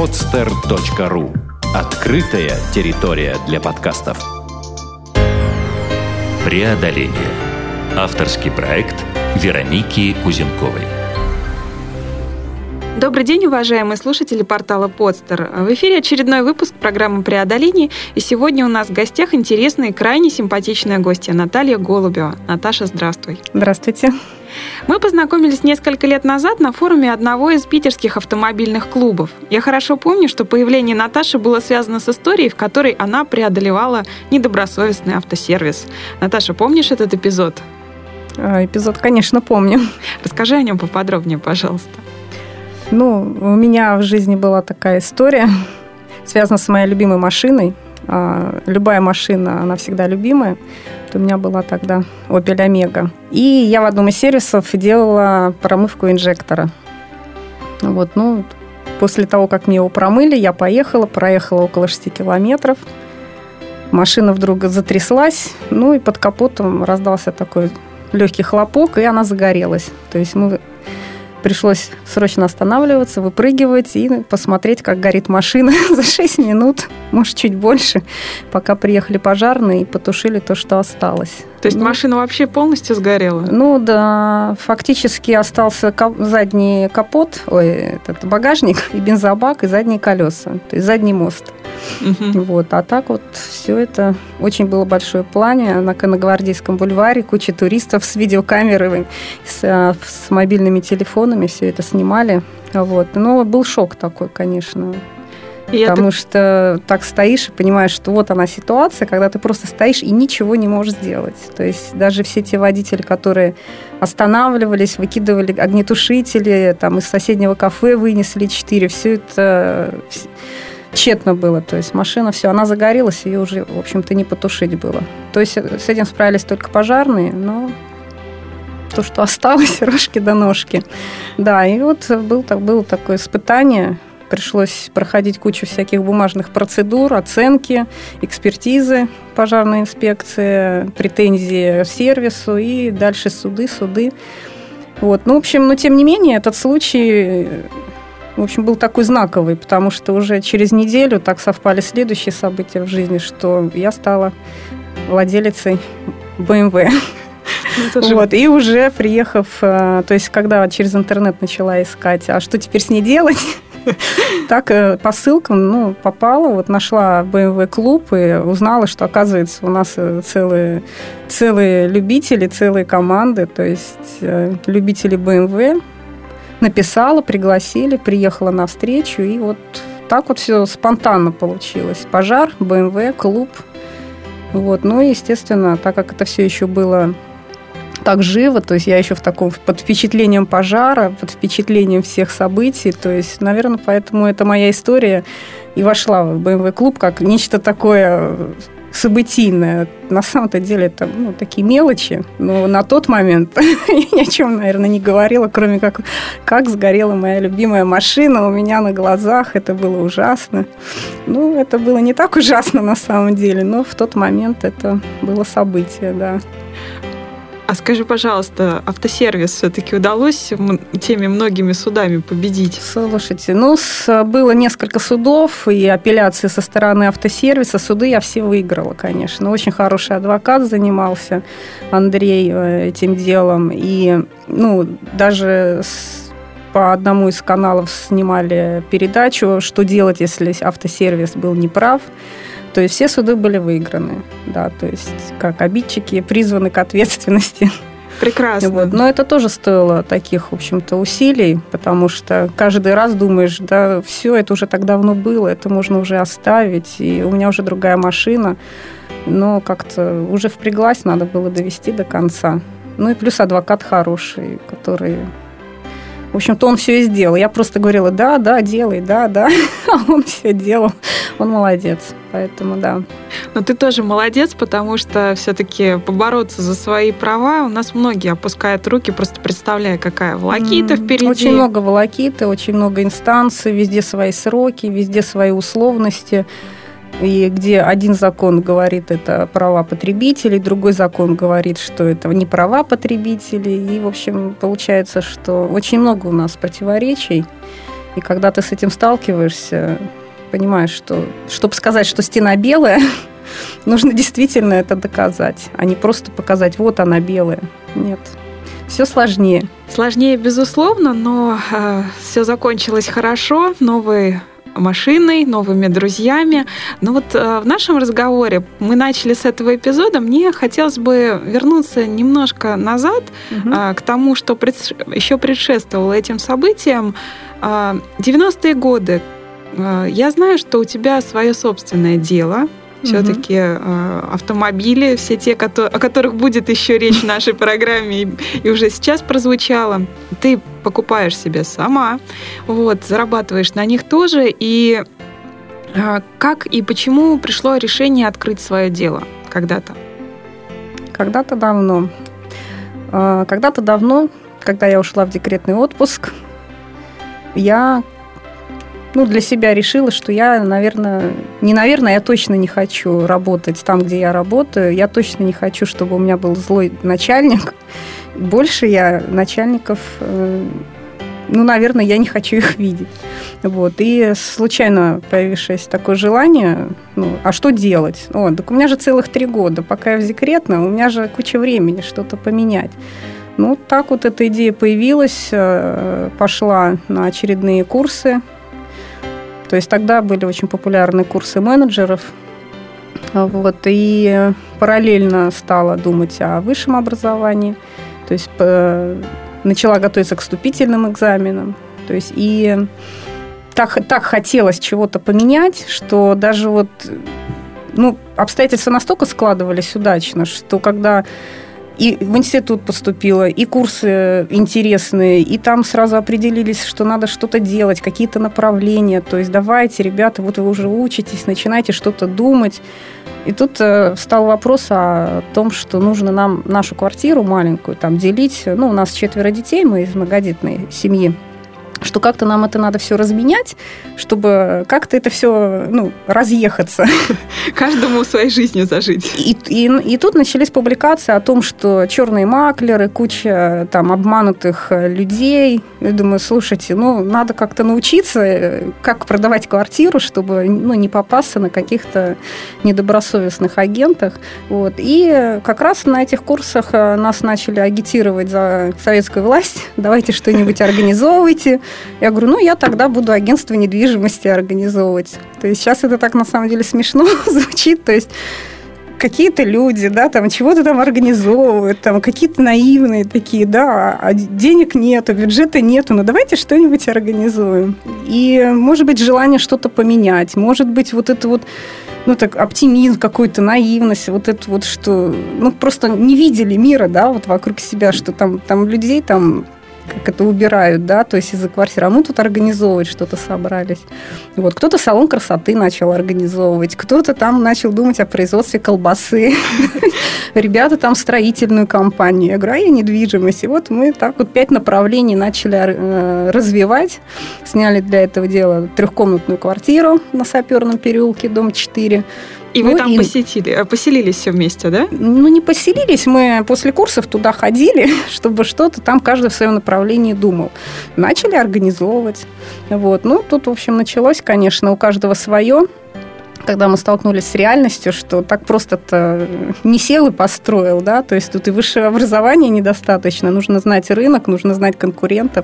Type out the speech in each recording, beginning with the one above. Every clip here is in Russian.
podster.ru. Открытая территория для подкастов. Преодоление. Авторский проект Вероники Кузенковой. Добрый день, уважаемые слушатели портала Podster. В эфире очередной выпуск программы «Преодоление». И сегодня у нас в гостях интересная и крайне симпатичная гостья Наталья Голубева. Наташа, здравствуй. Здравствуйте. Мы познакомились несколько лет назад на форуме одного из питерских автомобильных клубов. Я хорошо помню, что появление Наташи было связано с историей, в которой она преодолевала недобросовестный автосервис. Наташа, помнишь этот эпизод? Эпизод, конечно, помню. Расскажи о нем поподробнее, пожалуйста. У меня в жизни была такая история, связанная с моей любимой машиной. Любая машина, она всегда любимая. У меня была тогда Opel Omega. И я в одном из сервисов делала промывку инжектора. После того, как мне его промыли, я проехала около 6 километров. Машина вдруг затряслась, и под капотом раздался такой легкий хлопок, и она загорелась. То есть пришлось срочно останавливаться, выпрыгивать и посмотреть, как горит машина за 6 минут, может, чуть больше, пока приехали пожарные и потушили то, что осталось. То есть машина вообще полностью сгорела? Да, фактически остался задний капот, багажник и бензобак, и задние колеса, то есть задний мост. А так все это очень было большое пламя на Конногвардейском бульваре, куча туристов с видеокамерами, с мобильными телефонами все это снимали. Но был шок такой, конечно. Потому что так стоишь и понимаешь, что вот она ситуация, когда ты просто стоишь и ничего не можешь сделать. То есть даже все те водители, которые останавливались, выкидывали огнетушители, из соседнего кафе вынесли 4, все это тщетно было. То есть машина, все, она загорелась, ее уже, в общем-то, не потушить было. То есть с этим справились только пожарные, но то, что осталось, рожки до ножки. Да, и было такое испытание. Пришлось проходить кучу всяких бумажных процедур, оценки, экспертизы, пожарная инспекция, претензии к сервису и дальше суды. Тем не менее, этот случай, был такой знаковый, потому что уже через неделю так совпали следующие события в жизни, что я стала владелицей BMW. И уже приехав, то есть когда через интернет начала искать, а что теперь с ней делать, так по ссылкам попала, нашла BMW клуб и узнала, что, оказывается, у нас целые любители, целые команды, то есть любители BMW. Написала, пригласили, приехала на встречу, и так все спонтанно получилось. Пожар, BMW, клуб. Естественно, так как это все еще было так живо, то есть я еще под впечатлением пожара, под впечатлением всех событий, то есть, наверное, поэтому эта моя история и вошла в BMW клуб как нечто такое событийное. На самом-то деле это такие мелочи, но на тот момент я ни о чем, наверное, не говорила, кроме как сгорела моя любимая машина у меня на глазах. Это было ужасно. Это было не так ужасно на самом деле, но в тот момент это было событие, да. А скажи, пожалуйста, автосервис все-таки удалось теми многими судами победить? Слушайте, было несколько судов и апелляции со стороны автосервиса. Суды я все выиграла, конечно. Очень хороший адвокат занимался, Андрей, этим делом. И даже по одному из каналов снимали передачу, что делать, если автосервис был неправ. То есть все суды были выиграны, да, то есть как обидчики призваны к ответственности. Прекрасно. Но это тоже стоило таких, в общем-то, усилий, потому что каждый раз думаешь, да, все, это уже так давно было, это можно уже оставить, и у меня уже другая машина, но как-то уже впряглась, надо было довести до конца. И плюс адвокат хороший, который... В общем-то, он все и сделал. Я просто говорила, да, делай, да. А он все делал. Он молодец. Поэтому, да. Но ты тоже молодец, потому что все-таки побороться за свои права у нас многие опускают руки, просто представляя, какая волокита впереди. Очень много волокиты, очень много инстанций, везде свои сроки, везде свои условности. И где один закон говорит, это права потребителей, другой закон говорит, что это не права потребителей. И, в общем, получается, что очень много у нас противоречий. И когда ты с этим сталкиваешься, понимаешь, что, чтобы сказать, что стена белая, нужно действительно это доказать, а не просто показать, вот она белая. Нет, все сложнее. Сложнее, безусловно, но все закончилось хорошо, новой машиной, новыми друзьями. Но вот в нашем разговоре, мы начали с этого эпизода, мне хотелось бы вернуться немножко назад к тому, что еще предшествовало этим событиям. 90-е годы. Я знаю, что у тебя свое собственное дело. Все-таки автомобили, все те, о которых будет еще речь в нашей программе и уже сейчас прозвучало, ты покупаешь себе сама, вот, зарабатываешь на них тоже. И как и почему пришло решение открыть свое дело когда-то? Когда-то давно. Когда я ушла в декретный отпуск, я для себя решила, что я, я точно не хочу работать там, где я работаю. Я точно не хочу, чтобы у меня был злой начальник. Больше я начальников, я не хочу их видеть. Вот. И случайно появившееся такое желание, а что делать? Так у меня же целых 3 года, пока я в декретном, у меня же куча времени что-то поменять. Так вот эта идея появилась, пошла на очередные курсы. То есть тогда были очень популярны курсы менеджеров. Вот, и параллельно стала думать о высшем образовании. То есть начала готовиться к вступительным экзаменам. То есть и так хотелось чего-то поменять, что даже обстоятельства настолько складывались удачно, что когда и в институт поступила, и курсы интересные, и там сразу определились, что надо что-то делать, какие-то направления. То есть давайте, ребята, вот вы уже учитесь, начинайте что-то думать. И тут встал вопрос о том, что нужно нам нашу квартиру маленькую там делить. У нас 4 детей, мы из многодетной семьи. Что как-то нам это надо все разменять, чтобы как-то это все разъехаться. Каждому своей жизнью зажить. И тут начались публикации о том, что черные маклеры, куча там обманутых людей. Я думаю, слушайте, надо как-то научиться, как продавать квартиру, чтобы не попасться на каких-то недобросовестных агентах. Вот. И как раз на этих курсах нас начали агитировать за советскую власть. Давайте что-нибудь организовывайте. Я говорю, я тогда буду агентство недвижимости организовывать. То есть сейчас это так на самом деле смешно звучит. То есть какие-то люди, там чего-то там организовывают, там какие-то наивные такие, а денег нету, бюджета нету, давайте что-нибудь организуем. И, может быть, желание что-то поменять, может быть, вот это вот оптимизм какой-то, наивность, вот это вот, что, просто не видели мира, вот вокруг себя, что там людей как это убирают, то есть из-за квартиры. А мы тут организовывать что-то собрались. Вот. Кто-то салон красоты начал организовывать, кто-то там начал думать о производстве колбасы. Ребята там строительную компанию. Я говорю, недвижимость. И вот мы так 5 направлений начали развивать. Сняли для этого дела 3-комнатную квартиру на Саперном переулке, дом 4. И вы там поселились все вместе, да? Не поселились, мы после курсов туда ходили, чтобы что-то там каждый в своем направлении думал. Начали организовывать. Вот. Тут, в общем, началось, конечно, у каждого свое. Когда мы столкнулись с реальностью, что так просто-то не сел и построил, то есть тут и высшего образования недостаточно, нужно знать рынок, нужно знать конкурентов.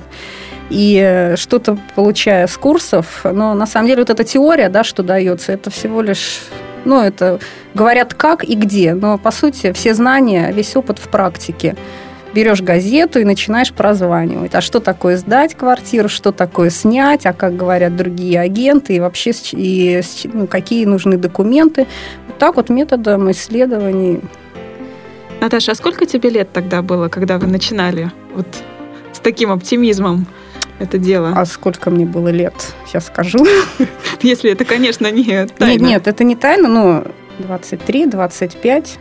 И что-то, получая с курсов, но на самом деле вот эта теория, что дается, это всего лишь... это говорят как и где, но, по сути, все знания, весь опыт в практике. Берешь газету и начинаешь прозванивать. А что такое сдать квартиру, что такое снять, а как говорят другие агенты, и вообще какие нужны документы. Вот так вот методом исследований. Наташа, а сколько тебе лет тогда было, когда вы начинали вот с таким оптимизмом это дело? А сколько мне было лет? Сейчас скажу. Если это, конечно, не тайна. Нет, это не тайна, но 23, 25,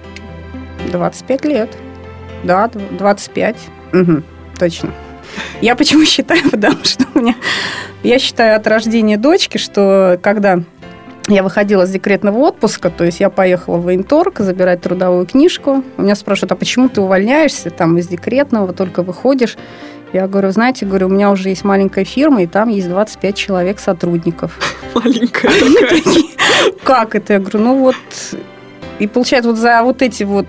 25 лет. Да, 25. Точно. Я почему считаю, потому что я считаю от рождения дочки, что когда я выходила с декретного отпуска, то есть я поехала в военторг забирать трудовую книжку. У меня спрашивают, а почему ты увольняешься там из декретного, только выходишь? Я говорю, знаете, у меня уже есть маленькая фирма, и там есть 25 человек сотрудников. Маленькая такая. Как это? Я говорю, И получается, вот за вот эти вот...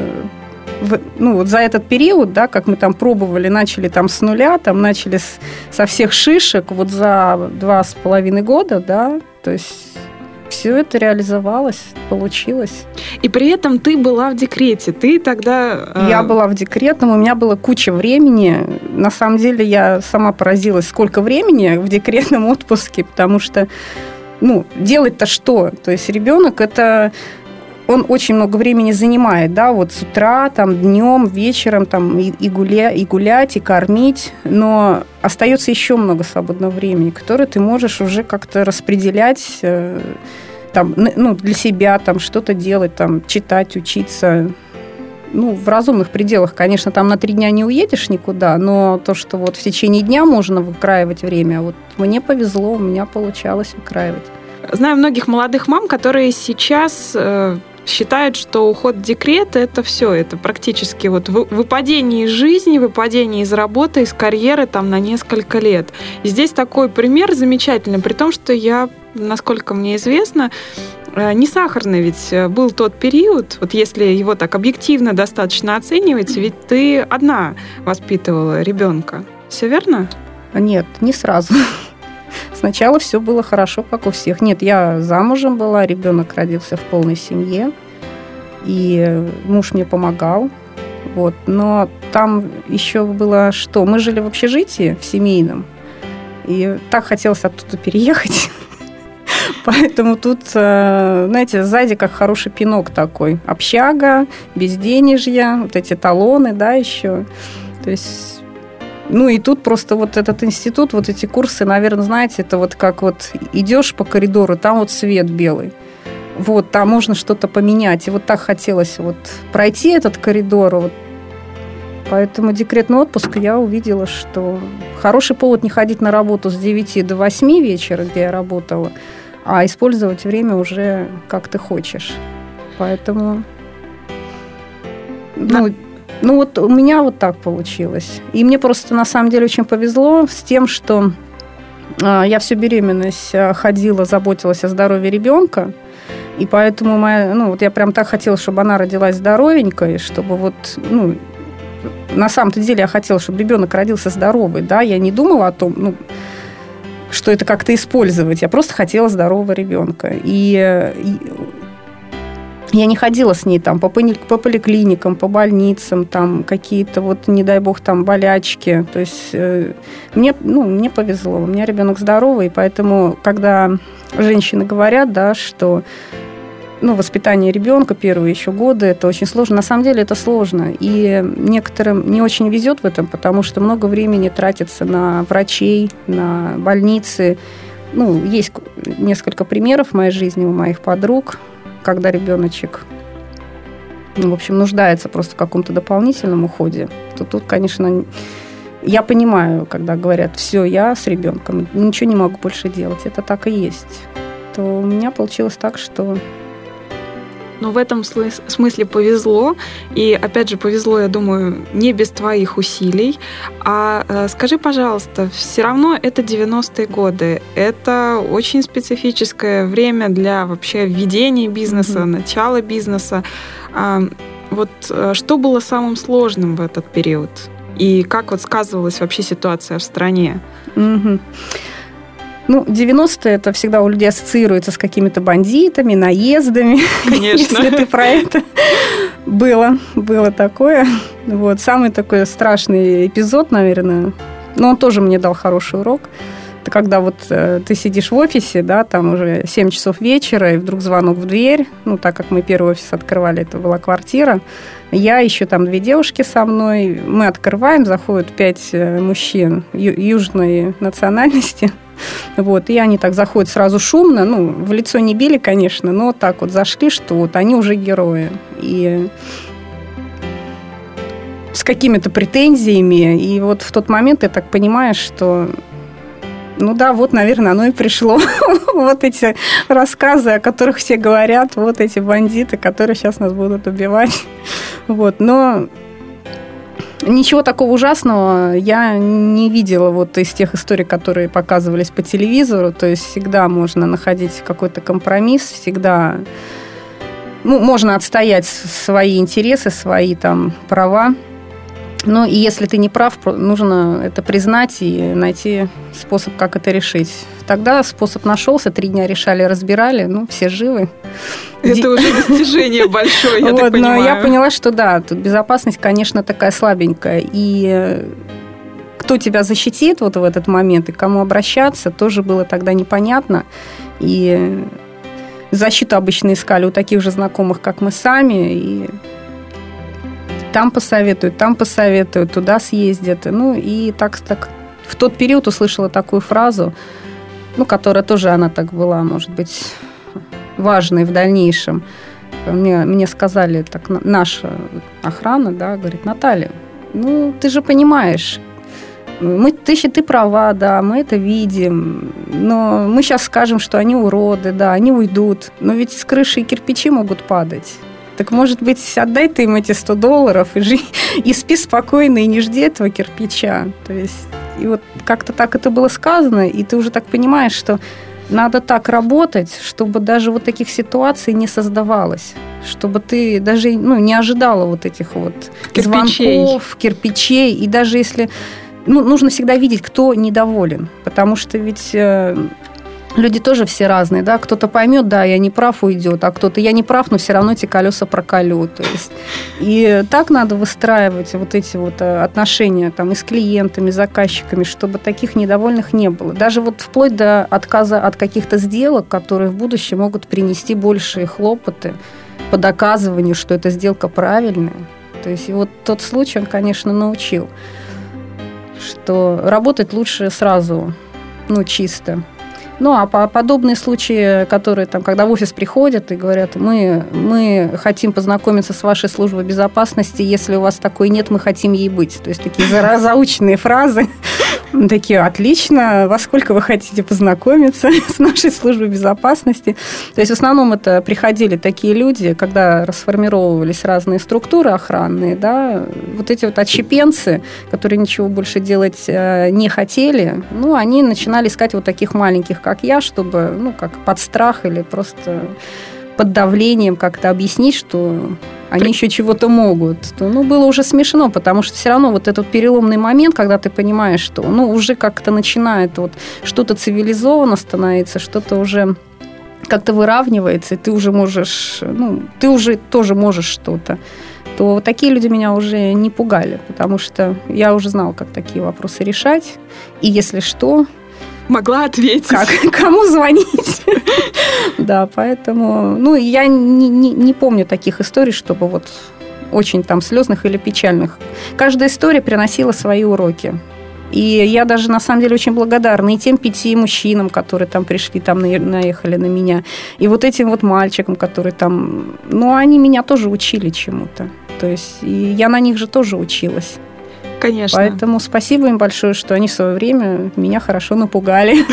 вот за этот период, да, как мы там пробовали, начали там с нуля, там начали со всех шишек, вот за 2,5 года, да, то есть все это реализовалось, получилось. И при этом ты была в декрете, ты тогда... Я была в декретном, у меня была куча времени. На самом деле я сама поразилась, сколько времени в декретном отпуске, потому что, делать-то что? То есть ребенок это... Он очень много времени занимает, да, вот с утра, там, днем, вечером, там, и гулять, и кормить, но остается еще много свободного времени, которое ты можешь уже как-то распределять, там, для себя, там, что-то делать, там, читать, учиться, в разумных пределах. Конечно, там на 3 дня не уедешь никуда, но то, что вот в течение дня можно выкраивать время, вот мне повезло, у меня получалось выкраивать. Знаю многих молодых мам, которые сейчас считают, что уход в декрет – это все, это практически вот выпадение из жизни, выпадение из работы, из карьеры там на несколько лет. И здесь такой пример замечательный, при том, что я, насколько мне известно, не сахарный ведь был тот период, вот если его так объективно достаточно оценивать, ведь ты одна воспитывала ребенка. Все верно? Нет, не сразу. Сначала все было хорошо, как у всех. Нет, я замужем была, ребенок родился в полной семье, и муж мне помогал. Вот. Но там еще было что? Мы жили в общежитии, в семейном, и так хотелось оттуда переехать. Поэтому тут, знаете, сзади как хороший пинок такой. Общага, безденежье, вот эти талоны, да, еще. То есть... и тут просто вот этот институт, вот эти курсы, наверное, знаете, это вот как вот идешь по коридору, там вот свет белый. Вот, там можно что-то поменять. И вот так хотелось вот пройти этот коридор. Вот. Поэтому декретный отпуск я увидела, что хороший повод не ходить на работу с 9 до 8 вечера, где я работала, а использовать время уже как ты хочешь. Поэтому... вот у меня вот так получилось. И мне просто, на самом деле, очень повезло с тем, что я всю беременность ходила, заботилась о здоровье ребенка. И поэтому я прям так хотела, чтобы она родилась здоровенькой, чтобы на самом-то деле я хотела, чтобы ребенок родился здоровый, да, я не думала о том, что это как-то использовать, я просто хотела здорового ребенка. И я не ходила с ней там по поликлиникам, по больницам, там какие-то вот, не дай бог, там болячки. То есть мне повезло, у меня ребенок здоровый, поэтому, когда женщины говорят, да, что воспитание ребенка первые еще годы, это очень сложно. На самом деле это сложно. И некоторым не очень везет в этом, потому что много времени тратится на врачей, на больницы. Есть несколько примеров в моей жизни у моих подруг, когда ребеночек, в общем, нуждается просто в каком-то дополнительном уходе, то тут, конечно, я понимаю, когда говорят, все, я с ребенком, ничего не могу больше делать, это так и есть. То у меня получилось так, что... В этом смысле повезло. И, опять же, повезло, я думаю, не без твоих усилий. А скажи, пожалуйста, все равно это 90-е годы. Это очень специфическое время для вообще ведения бизнеса, начала бизнеса. Вот что было самым сложным в этот период? И как вот сказывалась вообще ситуация в стране? 90-е это всегда у людей ассоциируется с какими-то бандитами, наездами. Конечно. Если ты про это. Было такое. Вот. Самый такой страшный эпизод, наверное, но он тоже мне дал хороший урок. Это когда вот ты сидишь в офисе, да, там уже 7 часов вечера, и вдруг звонок в дверь. Так как мы первый офис открывали, это была квартира. Я, еще там 2 девушки со мной. Мы открываем, заходят 5 мужчин южной национальности. Вот, и они так заходят сразу шумно, в лицо не били, конечно, но так вот зашли, что вот они уже герои. И с какими-то претензиями. И вот в тот момент ты так понимаешь, что, вот, наверное, оно и пришло. Вот эти рассказы, о которых все говорят, вот эти бандиты, которые сейчас нас будут убивать. Вот, но ничего такого ужасного я не видела вот из тех историй, которые показывались по телевизору. То есть всегда можно находить какой-то компромисс, всегда можно отстоять свои интересы, свои там права. Ну, и если ты не прав, нужно это признать и найти способ, как это решить. Тогда способ нашелся, 3 дня решали, разбирали, все живы. Это уже достижение большое, я так понимаю. Но я поняла, что да, тут безопасность, конечно, такая слабенькая. И кто тебя защитит вот в этот момент и к кому обращаться, тоже было тогда непонятно. И защиту обычно искали у таких же знакомых, как мы сами, и там посоветуют, туда съездят. И так в тот период услышала такую фразу, которая тоже, она так была, может быть, важной в дальнейшем. Мне сказали, так, наша охрана, да, говорит: Наталья, ты же понимаешь, ты права, да, мы это видим, но мы сейчас скажем, что они уроды, да, они уйдут, но ведь с крыши и кирпичи могут падать. Так, может быть, отдай ты им эти $100 и спи спокойно, и не жди этого кирпича. То есть, и вот как-то так это было сказано, и ты уже так понимаешь, что надо так работать, чтобы даже вот таких ситуаций не создавалось, чтобы ты даже не ожидала вот этих вот звонков, кирпичей, и даже если... нужно всегда видеть, кто недоволен, потому что ведь... Люди тоже все разные, да, кто-то поймет, да, я не прав, уйдет, а кто-то я не прав, но все равно эти колеса проколю. То есть, и так надо выстраивать вот эти вот отношения там и с клиентами, и с заказчиками, чтобы таких недовольных не было. Даже вот вплоть до отказа от каких-то сделок, которые в будущем могут принести большие хлопоты по доказыванию, что эта сделка правильная. То есть, и вот тот случай, он, конечно, научил, что работать лучше сразу, чисто. А подобные случаи, которые там, когда в офис приходят и говорят: мы хотим познакомиться с вашей службой безопасности, если у вас такой нет, мы хотим ей быть. То есть такие заученные фразы. Такие: отлично, во сколько вы хотите познакомиться с нашей службой безопасности? То есть в основном это приходили такие люди, когда расформировывались разные структуры охранные, да, вот эти вот отщепенцы, которые ничего больше делать не хотели, они начинали искать вот таких маленьких, как я, чтобы, как под страх или просто под давлением как-то объяснить, что они еще чего-то могут. Было уже смешно, потому что все равно вот этот переломный момент, когда ты понимаешь, что уже как-то начинает вот что-то цивилизованно становиться, что-то уже как-то выравнивается, и ты уже можешь, ты уже тоже можешь что-то, то такие люди меня уже не пугали, потому что я уже знала, как такие вопросы решать, и если что... Могла ответить. Кому звонить? Да, поэтому... я не помню таких историй, чтобы вот очень там слезных или печальных. Каждая история приносила свои уроки. И я даже, на самом деле, очень благодарна и тем 5 мужчинам, которые там пришли, там наехали на меня, и вот этим вот мальчикам, которые там... они меня тоже учили чему-то. То есть и я на них же тоже училась. Конечно. Поэтому спасибо им большое, что они в свое время меня хорошо напугали.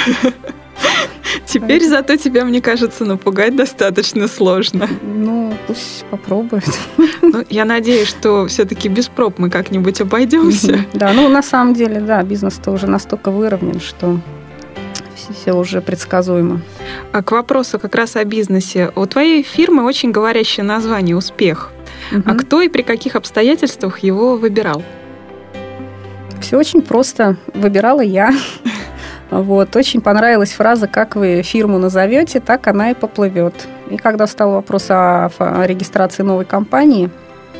Теперь зато тебя, мне кажется, напугать достаточно сложно. Пусть попробуют. Я надеюсь, что все-таки без проб мы как-нибудь обойдемся. Да, на самом деле, да, бизнес-то уже настолько выровнен, что все уже предсказуемо. А к вопросу как раз о бизнесе. У твоей фирмы очень говорящее название «Успех». А кто и при каких обстоятельствах его выбирал? Все очень просто. Выбирала я. Очень понравилась фраза: как вы фирму назовете, так она и поплывет. И когда встал вопрос о регистрации новой компании,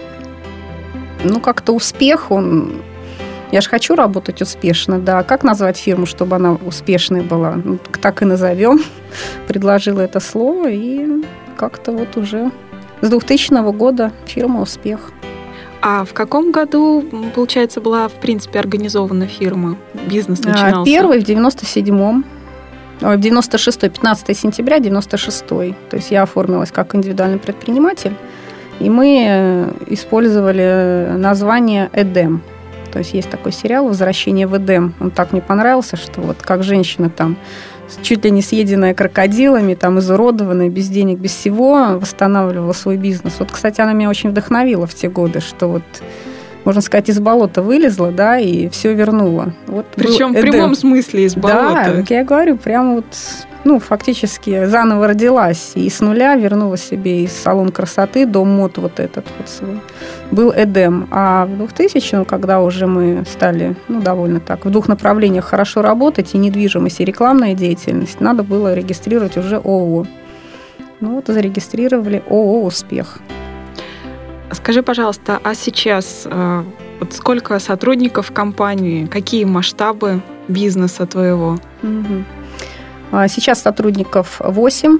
как-то успех, я же хочу работать успешно, да. Как назвать фирму, чтобы она успешной была? Так и назовем. Предложила это слово, и как-то вот уже с 2000 года фирма «Успех». А в каком году, получается, была, в принципе, организована фирма? Бизнес начинался? Первый в 97-м. В 96-й, 15 сентября 96-й. То есть я оформилась как индивидуальный предприниматель, и мы использовали название «Эдем». То есть есть такой сериал «Возвращение в Эдем». Он так мне понравился, что вот как женщина там чуть ли не съеденная крокодилами, там, изуродованная, без денег, без всего, восстанавливала свой бизнес. Вот, кстати, она меня очень вдохновила в те годы, что вот, можно сказать, из болота вылезла, да, и все вернула. Вот причем в прямом смысле из болота. Да, как я говорю, прямо вот, фактически заново родилась и с нуля вернула себе из салон красоты, дом мод вот этот вот свой. Был Эдем. А в 2000-м, когда уже мы стали, довольно так, в двух направлениях хорошо работать, и недвижимость, и рекламная деятельность, надо было регистрировать уже ООО. Зарегистрировали ООО «Успех». Скажи, пожалуйста, а сейчас вот сколько сотрудников в компании, какие масштабы бизнеса твоего? Сейчас сотрудников 8.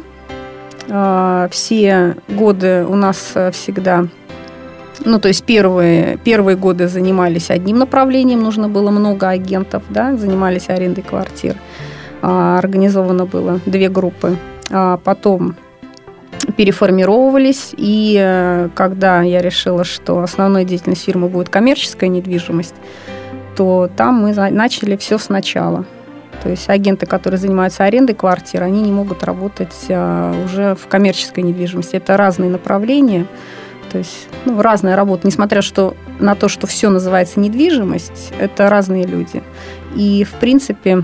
Все годы у нас всегда... то есть первые годы занимались одним направлением, нужно было много агентов, да, занимались арендой квартир. Организовано было 2 группы. Потом переформировывались, и когда я решила, что основной деятельность фирмы будет коммерческая недвижимость, то там мы начали все сначала. То есть агенты, которые занимаются арендой квартир, они не могут работать уже в коммерческой недвижимости. Это разные направления, то есть разная работа. Несмотря на то, что все называется недвижимость, это разные люди. И, в принципе,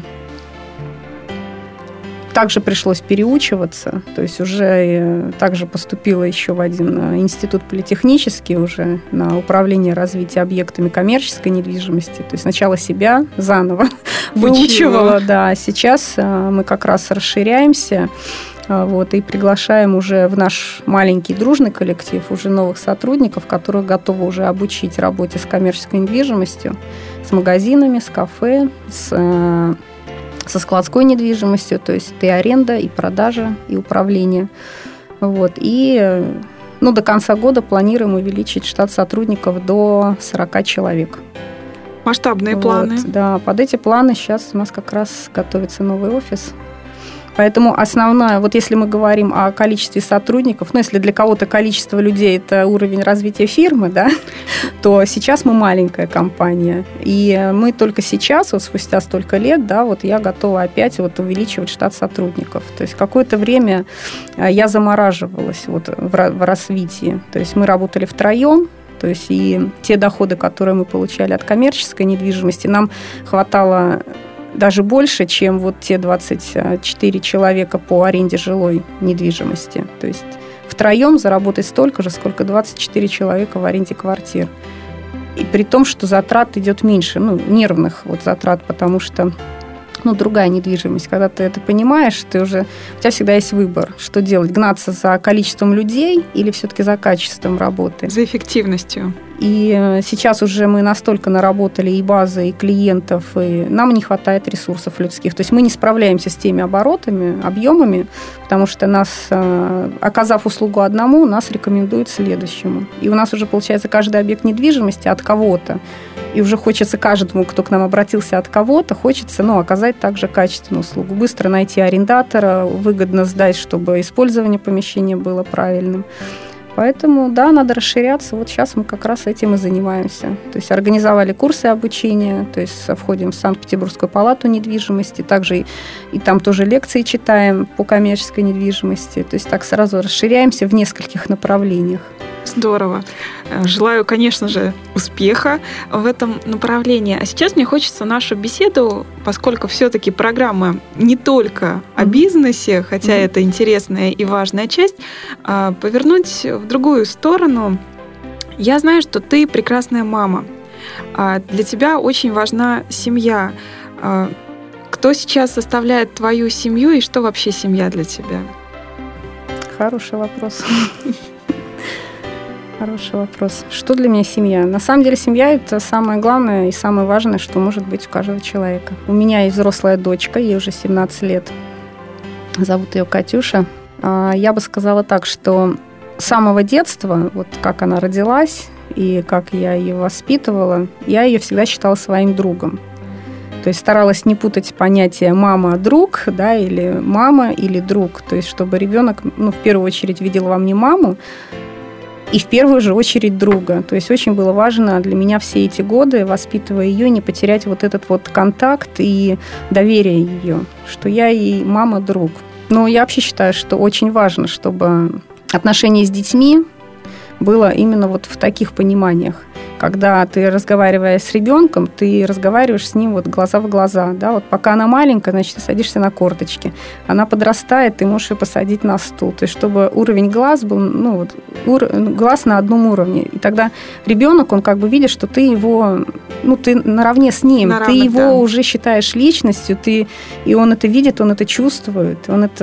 также пришлось переучиваться, то есть уже также поступила еще в один институт политехнический уже на управление развития объектами коммерческой недвижимости. То есть сначала себя заново выучивала, да. Сейчас мы как раз расширяемся, и приглашаем уже в наш маленький дружный коллектив уже новых сотрудников, которые готовы уже обучить работе с коммерческой недвижимостью, с магазинами, с кафе, со складской недвижимостью, то есть и аренда, и продажа, и управление. И до конца года планируем увеличить штат сотрудников до 40 человек. Масштабные планы. Да, под эти планы сейчас у нас как раз готовится новый офис. Поэтому основное, если мы говорим о количестве сотрудников, если для кого-то количество людей – это уровень развития фирмы, да, то сейчас мы маленькая компания. И мы только сейчас, спустя столько лет, да, я готова опять увеличивать штат сотрудников. То есть какое-то время я замораживалась в развитии. То есть мы работали втроем. То есть и те доходы, которые мы получали от коммерческой недвижимости, нам хватало даже больше, чем те 24 человека по аренде жилой недвижимости. То есть втроем заработать столько же, сколько 24 человека в аренде квартир. И при том, что затрат идет меньше, нервных затрат, потому что другая недвижимость. Когда ты это понимаешь, у тебя всегда есть выбор, что делать, гнаться за количеством людей или все-таки за качеством работы. За эффективностью. И сейчас уже мы настолько наработали и базы, и клиентов, и нам не хватает ресурсов людских. То есть мы не справляемся с теми оборотами, объемами, потому что нас, оказав услугу одному, нас рекомендуют следующему. И у нас уже, получается, каждый объект недвижимости от кого-то. И уже хочется каждому, кто к нам обратился от кого-то, хочется оказать также качественную услугу. Быстро найти арендатора, выгодно сдать, чтобы использование помещения было правильным. Поэтому, да, надо расширяться. Сейчас мы как раз этим и занимаемся. То есть организовали курсы обучения, то есть входим в Санкт-Петербургскую палату недвижимости, также и там тоже лекции читаем по коммерческой недвижимости. То есть так сразу расширяемся в нескольких направлениях. Здорово. Желаю, конечно же, успеха в этом направлении. А сейчас мне хочется нашу беседу, поскольку все-таки программа не только о бизнесе, хотя это интересная и важная часть, повернуть в другую сторону. Я знаю, что ты прекрасная мама. Для тебя очень важна семья. Кто сейчас составляет твою семью и что вообще семья для тебя? Хороший вопрос. Хороший вопрос. Что для меня семья? На самом деле семья – это самое главное и самое важное, что может быть у каждого человека. У меня есть взрослая дочка, ей уже 17 лет. Зовут ее Катюша. Я бы сказала так, что с самого детства, как она родилась и как я ее воспитывала, я ее всегда считала своим другом. То есть старалась не путать понятия «мама-друг», да, или «мама» или «друг». То есть чтобы ребенок, в первую очередь видел во мне маму, и в первую же очередь друга. То есть очень было важно для меня все эти годы, воспитывая ее, не потерять вот этот вот контакт и доверие ее, что я и мама друг. Но я вообще считаю, что очень важно, чтобы отношения с детьми было именно вот в таких пониманиях. Когда ты, разговаривая с ребенком, ты разговариваешь с ним вот глаза в глаза. Да? Вот пока она маленькая, значит, ты садишься на корточки. Она подрастает, ты можешь ее посадить на стул. То есть, чтобы уровень глаз был, глаз на одном уровне. И тогда ребенок, он как бы видит, что ты его, ты наравне с ним. Ты его уже считаешь личностью, и он это видит, он это чувствует,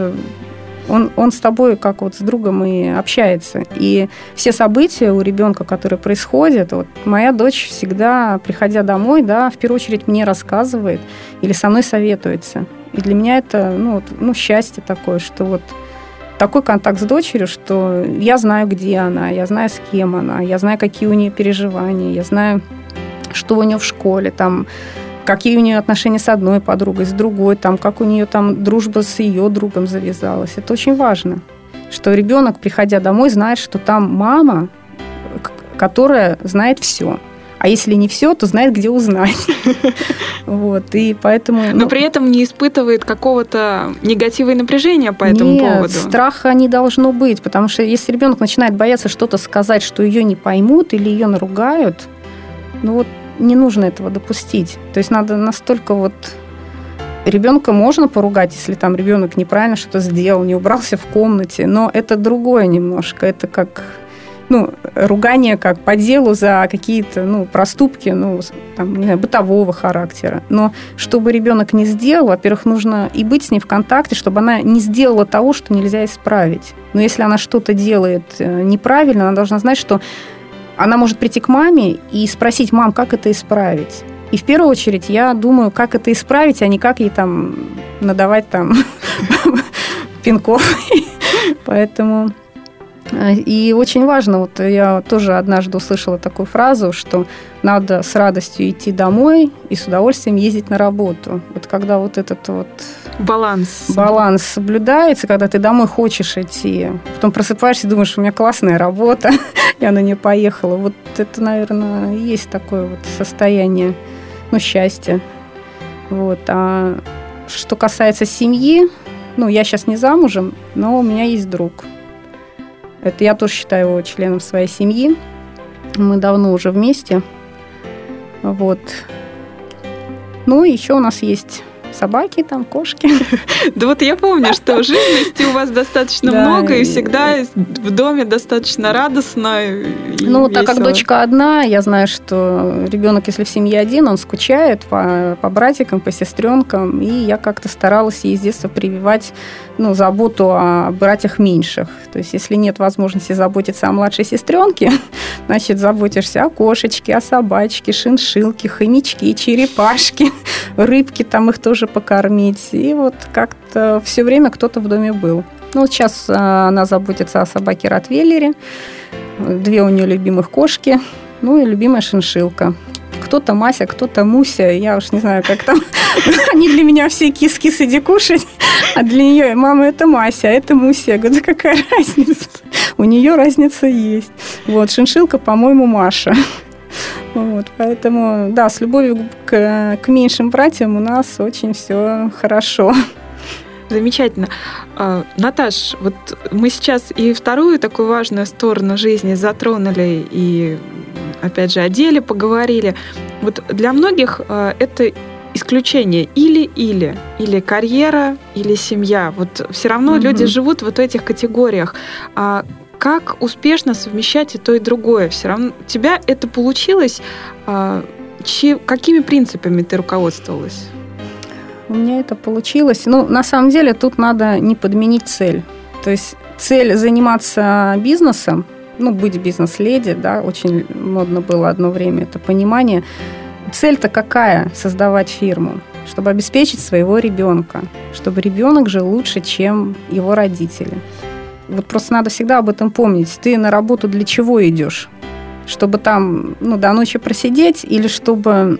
он с тобой как вот с другом и общается. И все события у ребенка, которые происходят, вот моя дочь всегда, приходя домой, да, в первую очередь мне рассказывает или со мной советуется. И для меня это счастье такое, что вот такой контакт с дочерью, что я знаю, где она, я знаю, с кем она, я знаю, какие у нее переживания, я знаю, что у нее в школе, там, какие у нее отношения с одной подругой, с другой, там, как у нее там дружба с ее другом завязалась. Это очень важно, что ребенок, приходя домой, знает, что там мама, которая знает все. А если не все, то знает, где узнать. Вот, и поэтому... Но при этом не испытывает какого-то негатива и напряжения по этому поводу. Нет, страха не должно быть, потому что если ребенок начинает бояться что-то сказать, что ее не поймут или ее наругают, не нужно этого допустить. То есть надо настолько ребенка можно поругать, если там ребенок неправильно что-то сделал, не убрался в комнате, но это другое немножко. Это как ругание как по делу за какие-то проступки бытового характера. Но чтобы ребенок не сделал, во-первых, нужно и быть с ней в контакте, чтобы она не сделала того, что нельзя исправить. Но если она что-то делает неправильно, она должна знать, что она может прийти к маме и спросить: мам, как это исправить? И в первую очередь я думаю, как это исправить, а не как ей там надавать там пинков. Поэтому... И очень важно, я тоже однажды услышала такую фразу, что надо с радостью идти домой и с удовольствием ездить на работу. Когда этот баланс соблюдается, когда ты домой хочешь идти, потом просыпаешься и думаешь: у меня классная работа, я на нее поехала. Это, наверное, есть такое состояние, счастья. А что касается семьи, я сейчас не замужем, но у меня есть друг. Это я тоже считаю его членом своей семьи. Мы давно уже вместе. Еще у нас есть собаки, там, кошки. Да я помню, что живности у вас достаточно много, и всегда в доме достаточно радостно. Так как дочка одна, я знаю, что ребенок, если в семье один, он скучает по братикам, по сестренкам, и я как-то старалась ей с детства прививать заботу о братьях меньших. То есть, если нет возможности заботиться о младшей сестренке, значит, заботишься о кошечке, о собачке, шиншилке, хомячке, черепашке, рыбки, там их тоже покормить. И как-то все время кто-то в доме был. Сейчас она заботится о собаке Ротвейлере, 2 у нее любимых кошки, и любимая шиншилка. Кто-то Мася, кто-то Муся, я уж не знаю, как там. Они для меня все кис-кис, иди кушать, а для нее мама это Мася, а это Муся. Я говорю: да какая разница? У нее разница есть. Шиншилка, по-моему, Маша. Поэтому, да, с любовью к меньшим братьям у нас очень все хорошо. Замечательно. Наташ, мы сейчас и вторую такую важную сторону жизни затронули, и, опять же, о деле поговорили. Для многих это исключение или карьера, или семья. Все равно люди живут в этих категориях. Как успешно совмещать и то, и другое? Все равно у тебя это получилось. Какими принципами ты руководствовалась? У меня это получилось. На самом деле, тут надо не подменить цель. То есть цель заниматься бизнесом, быть бизнес-леди, да, очень модно было одно время это понимание. Цель-то какая? Создавать фирму, чтобы обеспечить своего ребенка, чтобы ребенок жил лучше, чем его родители. Просто надо всегда об этом помнить. Ты на работу для чего идешь? Чтобы там до ночи просидеть или чтобы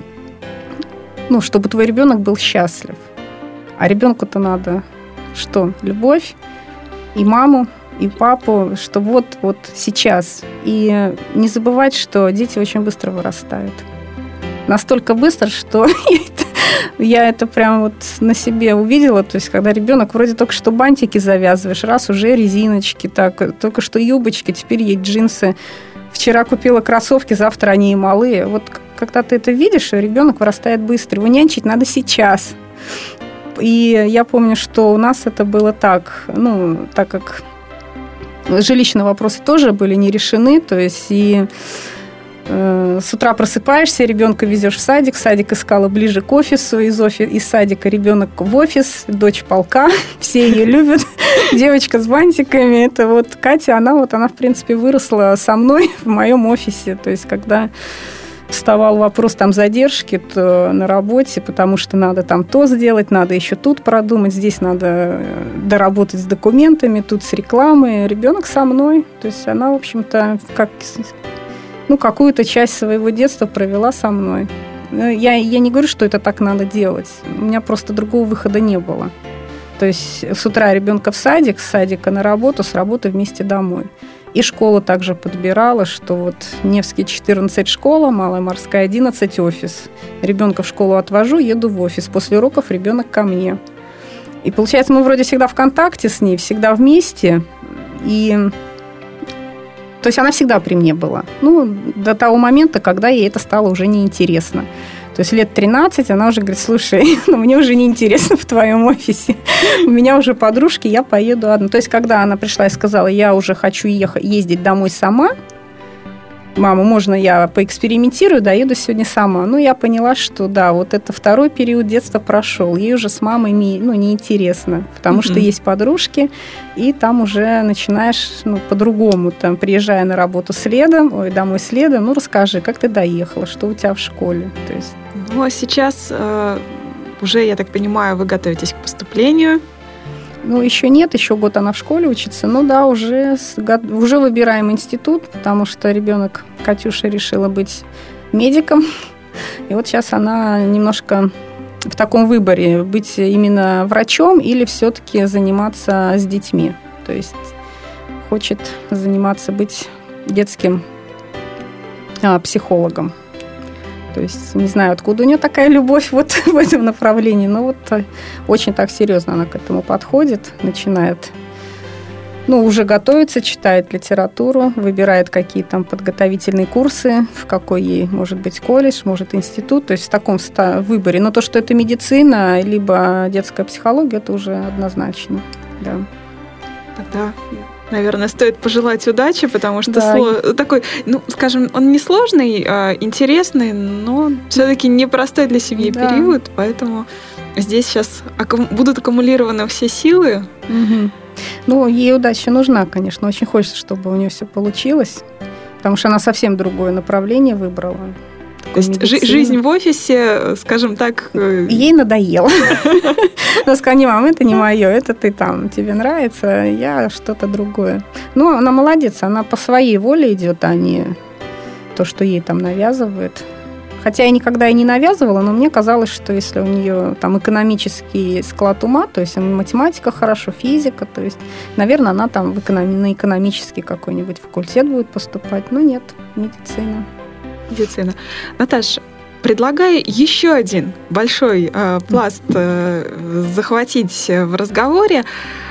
твой ребенок был счастлив? А ребенку-то надо что? Любовь и маму, и папу, что вот сейчас. И не забывать, что дети очень быстро вырастают. Настолько быстро, что я это прям вот на себе увидела. То есть, когда ребенок вроде только что бантики завязываешь, раз уже резиночки, так, только что юбочки, теперь ей джинсы. Вчера купила кроссовки, завтра они и малые. Вот когда ты это видишь, ребенок вырастает быстро. Его нянчить надо сейчас. И я помню, что у нас это было так, так как жилищные вопросы тоже были не решены, то есть и с утра просыпаешься, ребенка везешь в садик искала ближе к офису, из садика ребенок в офис, дочь полка, все ее любят, девочка с бантиками, это вот Катя, она в принципе выросла со мной в моем офисе, то есть когда вставал вопрос там задержки на работе, потому что надо там то сделать, надо еще тут продумать, здесь надо доработать с документами, тут с рекламой, ребенок со мной, то есть она, в общем-то, какую-то часть своего детства провела со мной. Я не говорю, что это так надо делать. У меня просто другого выхода не было. То есть с утра ребенка в садик, с садика на работу, с работы вместе домой. И школа также подбирала, что вот Невский 14 школа, Малая Морская 11 офис. Ребенка в школу отвожу, еду в офис. После уроков ребенок ко мне. И получается, мы вроде всегда в контакте с ней, всегда вместе. То есть она всегда при мне была. До того момента, когда ей это стало уже неинтересно. То есть лет 13 она уже говорит, слушай, мне уже неинтересно в твоем офисе. У меня уже подружки, я поеду одна. То есть когда она пришла и сказала, я уже хочу ездить домой сама, мама, можно я поэкспериментирую, доеду сегодня сама. Я поняла, что да, вот это второй период детства прошел. Ей уже с мамой неинтересно, потому что есть подружки, и там уже начинаешь по-другому, там, приезжая на работу домой следом, расскажи, как ты доехала, что у тебя в школе. То есть... А сейчас уже, я так понимаю, вы готовитесь к поступлению. Еще нет, еще год она в школе учится. Уже выбираем институт, потому что ребенок Катюша решила быть медиком. И вот сейчас она немножко в таком выборе, быть именно врачом или все-таки заниматься с детьми. То есть хочет быть детским психологом. То есть не знаю, откуда у нее такая любовь в этом направлении, но очень так серьезно она к этому подходит, начинает, уже готовится, читает литературу, выбирает какие там подготовительные курсы, в какой ей, может быть, колледж, может, институт, то есть в таком выборе. Но то, что это медицина, либо детская психология, это уже однозначно, да. Тогда... Наверное, стоит пожелать удачи, потому что такой, скажем, он не сложный, интересный, но все-таки непростой для семьи период, поэтому здесь сейчас будут аккумулированы все силы. Угу. Ей удача нужна, конечно. Очень хочется, чтобы у нее все получилось, потому что она совсем другое направление выбрала. То есть жизнь в офисе, скажем так... Ей надоело. Она сказала, не, мам, это не мое, это ты там, тебе нравится, я что-то другое. Она молодец, она по своей воле идет, а не то, что ей там навязывают. Хотя я никогда и не навязывала, но мне казалось, что если у нее там экономический склад ума, то есть математика хорошо, физика, то есть, наверное, она там на экономический какой-нибудь факультет будет поступать. Но нет, медицина. Наташа, предлагаю еще один большой пласт захватить в разговоре.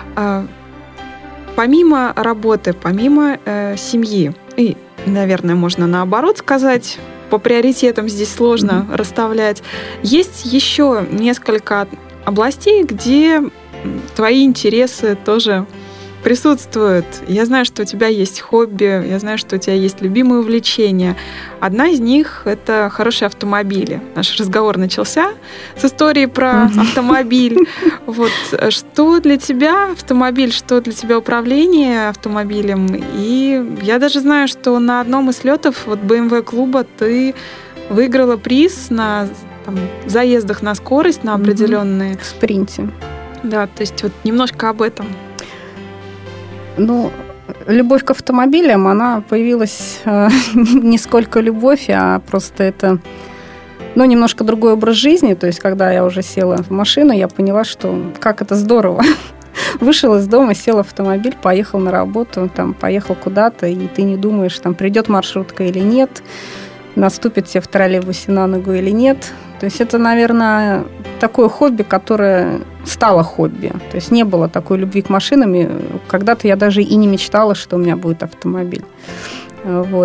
Помимо работы, помимо семьи, и, наверное, можно наоборот сказать, по приоритетам здесь сложно расставлять, есть еще несколько областей, где твои интересы тоже присутствуют. Я знаю, что у тебя есть хобби, я знаю, что у тебя есть любимые увлечения. Одна из них — это хорошие автомобили. Наш разговор начался с истории про автомобиль. Что для тебя автомобиль, что для тебя управление автомобилем? И я даже знаю, что на одном из летов BMW-клуба ты выиграла приз на заездах на скорость, на определенные... В спринте. Да, то есть немножко об этом. Любовь к автомобилям, она появилась не сколько любовь, а просто это, немножко другой образ жизни. То есть, когда я уже села в машину, я поняла, что как это здорово Вышел из дома, сел в автомобиль, поехал на работу, там, поехал куда-то, и ты не думаешь, там, придет маршрутка или нет, наступит тебе в троллейбусе на ногу или нет. То есть это, наверное, такое хобби, которое стало хобби. То есть не было такой любви к машинам. Когда-то я даже и не мечтала, что у меня будет автомобиль. Вот.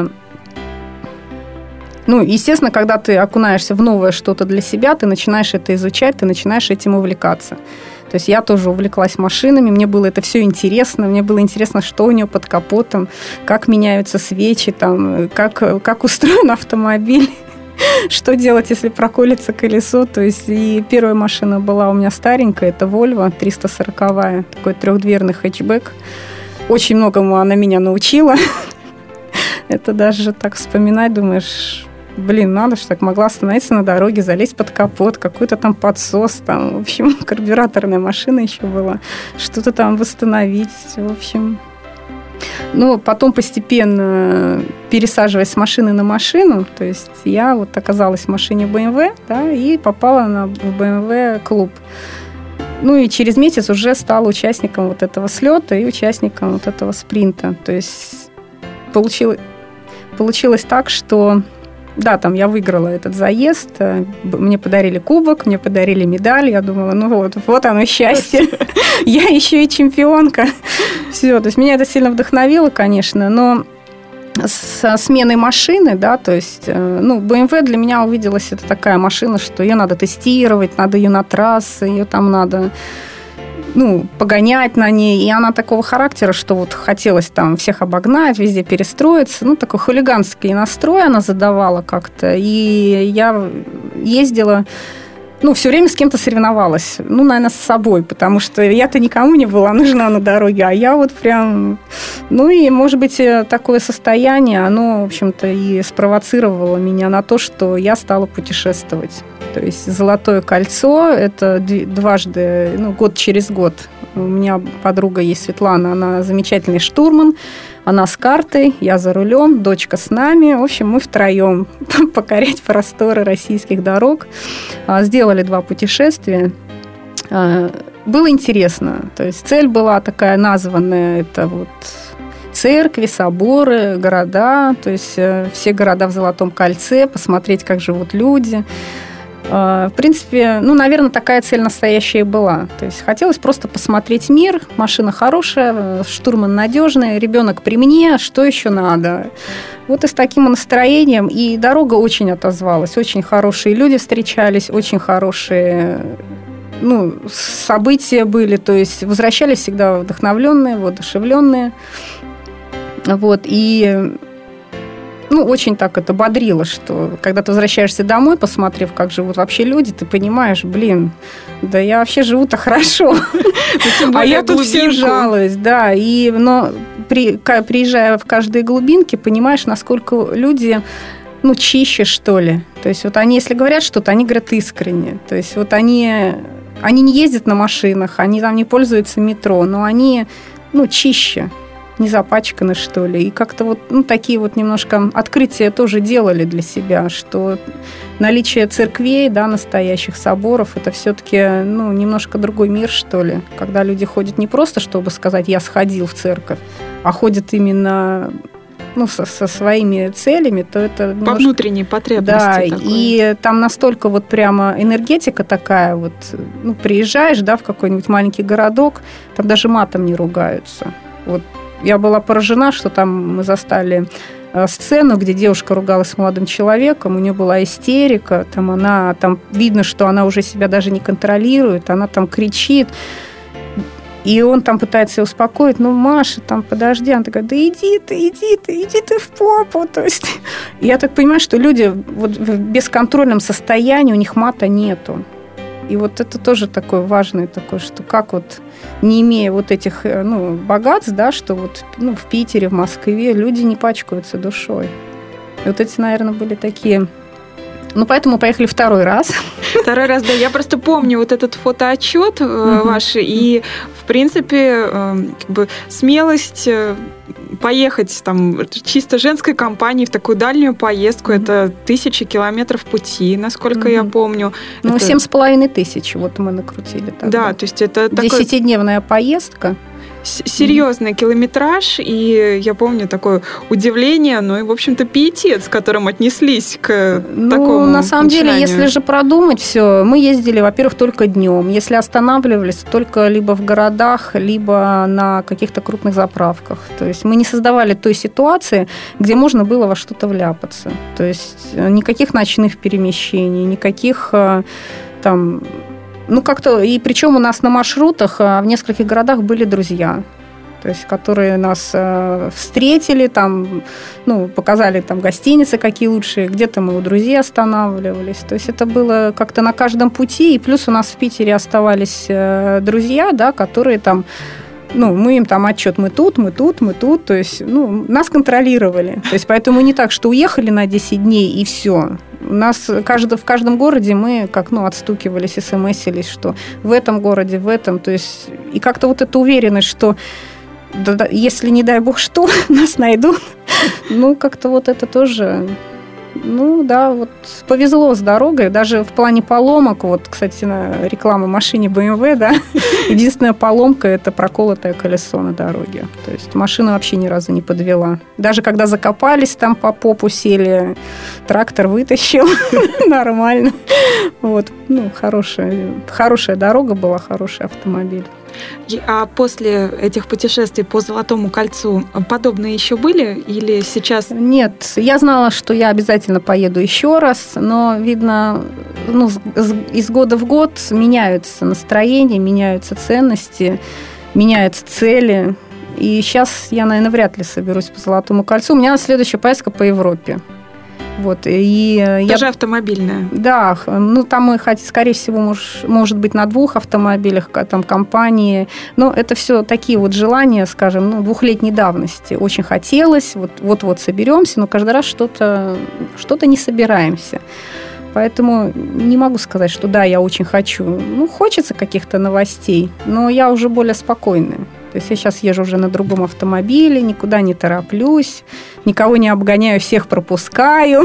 Ну, естественно, когда ты окунаешься в новое что-то для себя, ты начинаешь это изучать, ты начинаешь этим увлекаться. То есть я тоже увлеклась машинами, мне было это все интересно, мне было интересно, что у нее под капотом, как меняются свечи, там, как устроен автомобиль, что делать, если проколется колесо. То есть и первая машина была у меня старенькая, это Volvo 340-я, такой трехдверный хэтчбэк. Очень многому она меня научила. Это даже так вспоминать, думаешь... Блин, надо же, так могла остановиться на дороге, залезть под капот, какой-то там подсос, там, в общем, карбюраторная машина еще была, что-то там восстановить, в общем. Ну, потом постепенно пересаживаясь с машины на машину, то есть я вот оказалась в машине BMW, да, и попала в BMW клуб. Ну, и через месяц уже стала участником вот этого слета и участником вот этого спринта. То есть получилось так, что... Да, там я выиграла этот заезд, мне подарили кубок, мне подарили медаль, я думала, ну вот оно счастье, я еще и чемпионка. Все, то есть меня это сильно вдохновило, конечно, но со сменой машины, да, то есть, ну, BMW для меня увиделась это такая машина, что ее надо тестировать, надо ее на трассы, ее там надо... ну, погонять на ней, и она такого характера, что вот хотелось там всех обогнать, везде перестроиться, ну, такой хулиганский настрой она задавала как-то, и я ездила, ну, все время с кем-то соревновалась, ну, наверное, с собой, потому что я-то никому не была нужна на дороге, а я вот прям, ну, и, может быть, такое состояние, оно, в общем-то, и спровоцировало меня на то, что я стала путешествовать. То есть «Золотое кольцо» – это дважды, ну, год через год. У меня подруга есть Светлана, она замечательный штурман, она с картой, я за рулем, дочка с нами. В общем, мы втроем покорять просторы российских дорог. Сделали 2 путешествия. Было интересно. То есть цель была такая названная, это вот церкви, соборы, города, то есть все города в Золотом кольце, посмотреть, как живут люди. В принципе, ну, наверное, такая цель настоящая и была. То есть хотелось просто посмотреть мир, машина хорошая, штурман надежный, ребенок при мне, что еще надо? Вот и с таким настроением, и дорога очень отозвалась, очень хорошие люди встречались, очень хорошие, ну, события были, то есть возвращались всегда вдохновленные, воодушевленные, вот, и... Ну, очень так это бодрило, что когда ты возвращаешься домой, посмотрев, как живут вообще люди, ты понимаешь, блин, да я вообще живу-то хорошо, а я тут всем жалуюсь, да, но приезжая в каждые глубинки, понимаешь, насколько люди, ну, чище, что ли, то есть вот они, если говорят что-то, они говорят искренне, то есть вот они не ездят на машинах, они там не пользуются метро, но они, ну, чище, не запачканы, что ли. И как-то вот, ну, такие вот немножко открытия тоже делали для себя, что наличие церквей, да, настоящих соборов, это все-таки, ну, немножко другой мир, что ли. Когда люди ходят не просто, чтобы сказать, я сходил в церковь, а ходят именно, ну, со своими целями, то это... По немножко... внутренней потребности. Да, такой. И там настолько вот прямо энергетика такая вот, ну, приезжаешь, да, в какой-нибудь маленький городок, там даже матом не ругаются. Вот. Я была поражена, что там мы застали сцену, где девушка ругалась с молодым человеком, у нее была истерика, там видно, что она уже себя даже не контролирует, она там кричит, и он там пытается ее успокоить, ну, Маша, там, подожди, она такая, да иди ты в попу, то есть я так понимаю, что люди вот в бесконтрольном состоянии, у них мата нету. И вот это тоже такое важное, такое, что как вот, не имея вот этих, ну, богатств, да, что вот, ну, в Питере, в Москве люди не пачкаются душой. И вот эти, наверное, были такие... Ну, поэтому поехали второй раз. Второй раз, да. Я просто помню вот этот фотоотчет ваш, и, в принципе, как бы смелость поехать там чисто женской компанией в такую дальнюю поездку, это 1000 километров пути, насколько я помню. Ну, 7500 вот мы накрутили тогда. Да, то есть это такой... 10-дневная поездка. Серьезный километраж, и я помню такое удивление, ну и, в общем-то, пиетет, с которым отнеслись к такому на самом начинанию. деле, если же продумать все, мы ездили, во-первых, только днем. Если останавливались, только либо в городах, либо на каких-то крупных заправках. То есть мы не создавали той ситуации, где можно было во что-то вляпаться. То есть никаких ночных перемещений, никаких там... Ну, как-то, и причем у нас на маршрутах в нескольких городах были друзья, то есть, которые нас встретили, там, ну, показали там гостиницы какие лучшие, где-то мы у друзей останавливались. То есть, это было как-то на каждом пути, и плюс у нас в Питере оставались друзья, да, которые там, ну, мы им там отчет, мы тут, то есть, ну, нас контролировали. То есть, поэтому не так, что уехали на 10 дней и все. У нас в каждом городе мы как, ну, отстукивались, смс-ились, что в этом городе, в этом. То есть, и как-то вот эта уверенность, что да, если, не дай бог, что, нас найдут, ну, как-то вот это тоже... Ну, да, вот повезло с дорогой, даже в плане поломок, вот, кстати, на реклама машине BMW, да, единственная поломка – это проколотое колесо на дороге, то есть машина вообще ни разу не подвела. Даже когда закопались, там по попу сели, трактор вытащил, нормально, вот, ну, хорошая дорога была, хороший автомобиль. А после этих путешествий по Золотому кольцу подобные еще были или сейчас? Нет, я знала, что я обязательно поеду еще раз, но, видно, ну, из года в год меняются настроения, меняются ценности, меняются цели. И сейчас я, наверное, вряд ли соберусь по Золотому кольцу. У меня следующая поездка по Европе. Вот, и тоже автомобильная? Да, ну там мы, скорее всего, может быть, на 2 автомобилях, там компании, но это все такие вот желания, скажем, ну, 2-летней давности. Очень хотелось, вот соберемся, но каждый раз что-то не собираемся. Поэтому не могу сказать, что да, я очень хочу. Ну, хочется каких-то новостей, но я уже более спокойная. То есть я сейчас езжу уже на другом автомобиле, никуда не тороплюсь, никого не обгоняю, всех пропускаю.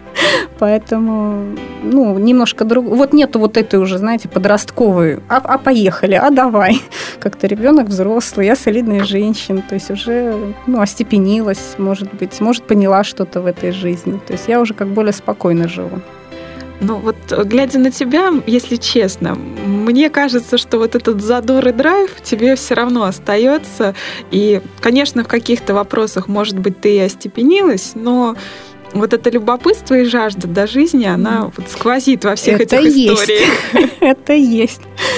Поэтому, ну, немножко другое. Вот нету вот этой уже, знаете, подростковой. А поехали, а давай. Как-то ребенок взрослый, я солидная женщина. То есть уже, ну, остепенилась, может поняла что-то в этой жизни. То есть я уже как более спокойно живу. Ну вот, глядя на тебя, если честно, мне кажется, что вот этот задор и драйв тебе все равно остается. И, конечно, в каких-то вопросах, может быть, ты и остепенилась, но вот это любопытство и жажда до жизни, она вот сквозит во всех этих историях. Это есть.